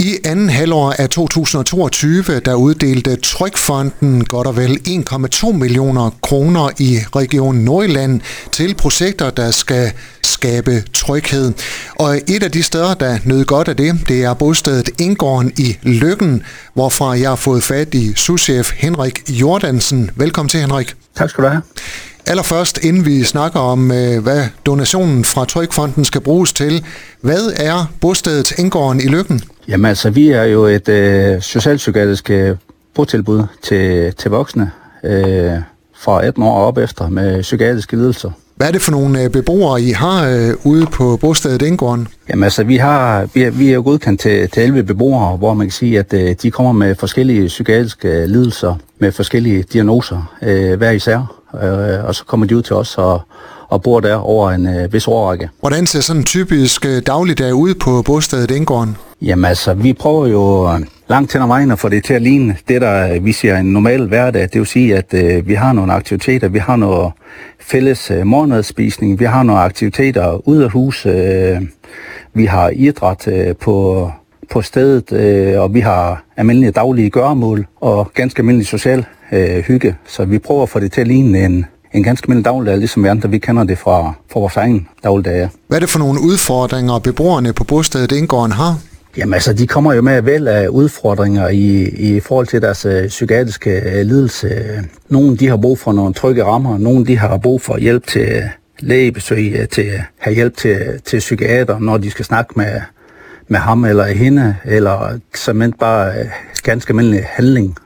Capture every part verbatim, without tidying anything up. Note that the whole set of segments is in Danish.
I anden halvår af to tusind og toogtyve, der uddelte Trygfonden godt og vel en komma to millioner kroner i Region Nordjylland til projekter, der skal skabe tryghed. Og et af de steder, der nød godt af det, det er bostedet Enggården i Løkken, hvorfra jeg har fået fat i souschef Henrik Jordansen. Velkommen til, Henrik. Tak skal du have. Allerførst, inden vi snakker om, hvad donationen fra Trygfonden skal bruges til, hvad er bostedet Enggården i Løkken? Jamen altså, vi er jo et øh, socialpsykiatrisk øh, botilbud til, til voksne øh, fra atten år og op efter med psykiatriske lidelser. Hvad er det for nogle beboere, I har øh, ude på bostedet Enggården? Jamen altså, vi, har, vi, er, vi er jo godkendt til, til elleve beboere, hvor man kan sige, at øh, de kommer med forskellige psykiatriske lidelser, med forskellige diagnoser øh, hver især. Øh, og så kommer de ud til os og, og bor der over en øh, vis årrække. Hvordan ser sådan en typisk øh, dagligdag ud på bostedet Enggården? Jamen altså, vi prøver jo langt hen ad vejen at få det til at ligne det, der vi siger en normal hverdag. Det vil sige, at øh, vi har nogle aktiviteter, vi har noget fælles øh, morgenmadspisning, vi har nogle aktiviteter ude af hus, øh, vi har idræt øh, på, på stedet, øh, og vi har almindelige daglige gøremål og ganske almindelig social øh, hygge. Så vi prøver at få det til at ligne en, en ganske almindelig dagligdag, ligesom vi andre, vi kender det fra, fra vores egen dagligdag. Hvad er det for nogle udfordringer, beboerne på bostedet Enggården har? Jamen altså, de kommer jo med vel af udfordringer i, i forhold til deres øh, psykiatriske øh, lidelse. Nogle de har brug for nogle trygge rammer, nogle de har brug for hjælp til lægebesøg, øh, til at have hjælp til, til psykiater, når de skal snakke med, med ham eller hende, eller simpelthen bare øh, ganske almindelig handling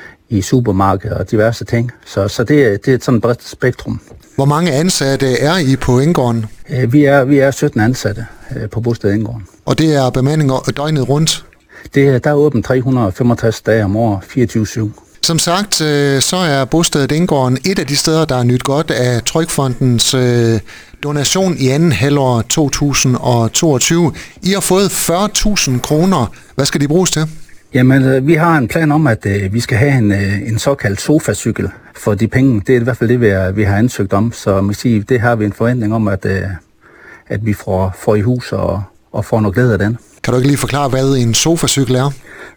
i supermarkedet og diverse ting. Så, så det, det er et sådan bredt spektrum. Hvor mange ansatte er I på Enggården? Øh, vi, er, vi er sytten ansatte øh, på bostedet Enggården. Og det er bemanding døgnet rundt? Det, der er åbent tre hundrede og femogtres dage om året, fireogtyve syv. Som sagt, så er bostedet Enggården et af de steder, der er nyt godt af Trygfondens donation i anden halvår to tusind og toogtyve. I har fået fyrre tusind kroner. Hvad skal de bruges til? Jamen, vi har en plan om, at øh, vi skal have en, øh, en såkaldt sofacykel for de penge. Det er i hvert fald det, vi, er, vi har ansøgt om. Så man kan sige, det har vi en forventning om, at, øh, at vi får, får i hus og, og får noget glæde af den. Kan du ikke lige forklare, hvad en sofacykel er?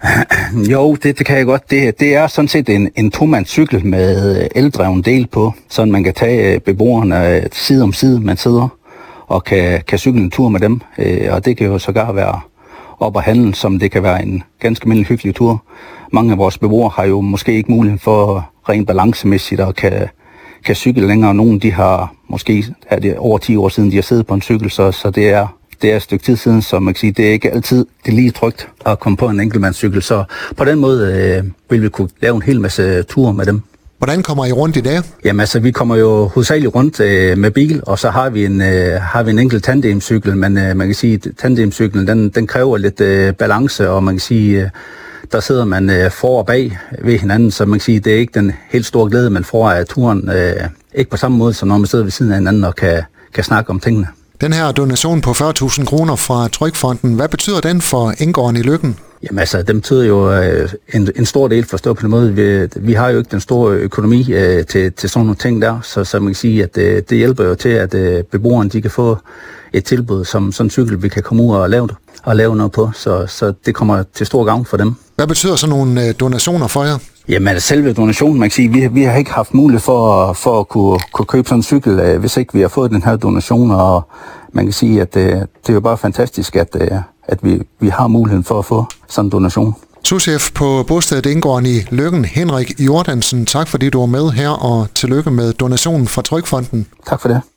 Jo, det, det kan jeg godt. Det, det er sådan set en, en tomandscykel med eldreven del på, så man kan tage beboerne side om side, man sidder og kan, kan cykle en tur med dem. Og det kan jo sågar være op og handle, som det kan være en ganske almindelig hyggelig tur. Mange af vores beboere har jo måske ikke mulighed for rent balancemæssigt og kan, kan cykle længere. Nogle de har måske er det over ti år siden, de har siddet på en cykel, så, så det er det er et stykke tid siden, så man kan sige, det er ikke altid det er lige trygt at komme på en enkeltmandscykel. Så på den måde øh, vil vi kunne lave en hel masse ture med dem. Hvordan kommer I rundt i dag? Jamen altså, vi kommer jo hovedsageligt rundt øh, med bil, og så har vi en, øh, har vi en enkelt tandemcykel, men øh, man kan sige, at tandemcyklen, den, den kræver lidt øh, balance, og man kan sige, øh, der sidder man øh, for og bag ved hinanden, så man kan sige, det er ikke den helt store glæde, man får af turen, øh, ikke på samme måde, som når man sidder ved siden af hinanden og kan, kan snakke om tingene. Den her donation på fyrre tusind kroner fra Trygfonden, hvad betyder den for Enggården i Løkken? Jamen altså, den betyder jo øh, en, en stor del, forstået på den måde. Vi, vi har jo ikke den store økonomi øh, til, til sådan nogle ting der, så, så man kan sige, at øh, det hjælper jo til, at øh, beboerne de kan få et tilbud som sådan en cykel, vi kan komme ud og lave, og lave noget på, så, så det kommer til stor gavn for dem. Hvad betyder sådan nogle øh, donationer for jer? Jamen altså, selve donationen, man kan sige, vi, vi har ikke haft mulighed for, for at kunne, kunne købe sådan en cykel, øh, hvis ikke vi har fået den her donation, og man kan sige, at øh, det er jo bare fantastisk, at, øh, at vi, vi har muligheden for at få sådan en donation. Souschef på bostedet Enggården i Løkken, Henrik Jordansen, tak fordi du var med her, og tillykke med donationen fra Trygfonden. Tak for det.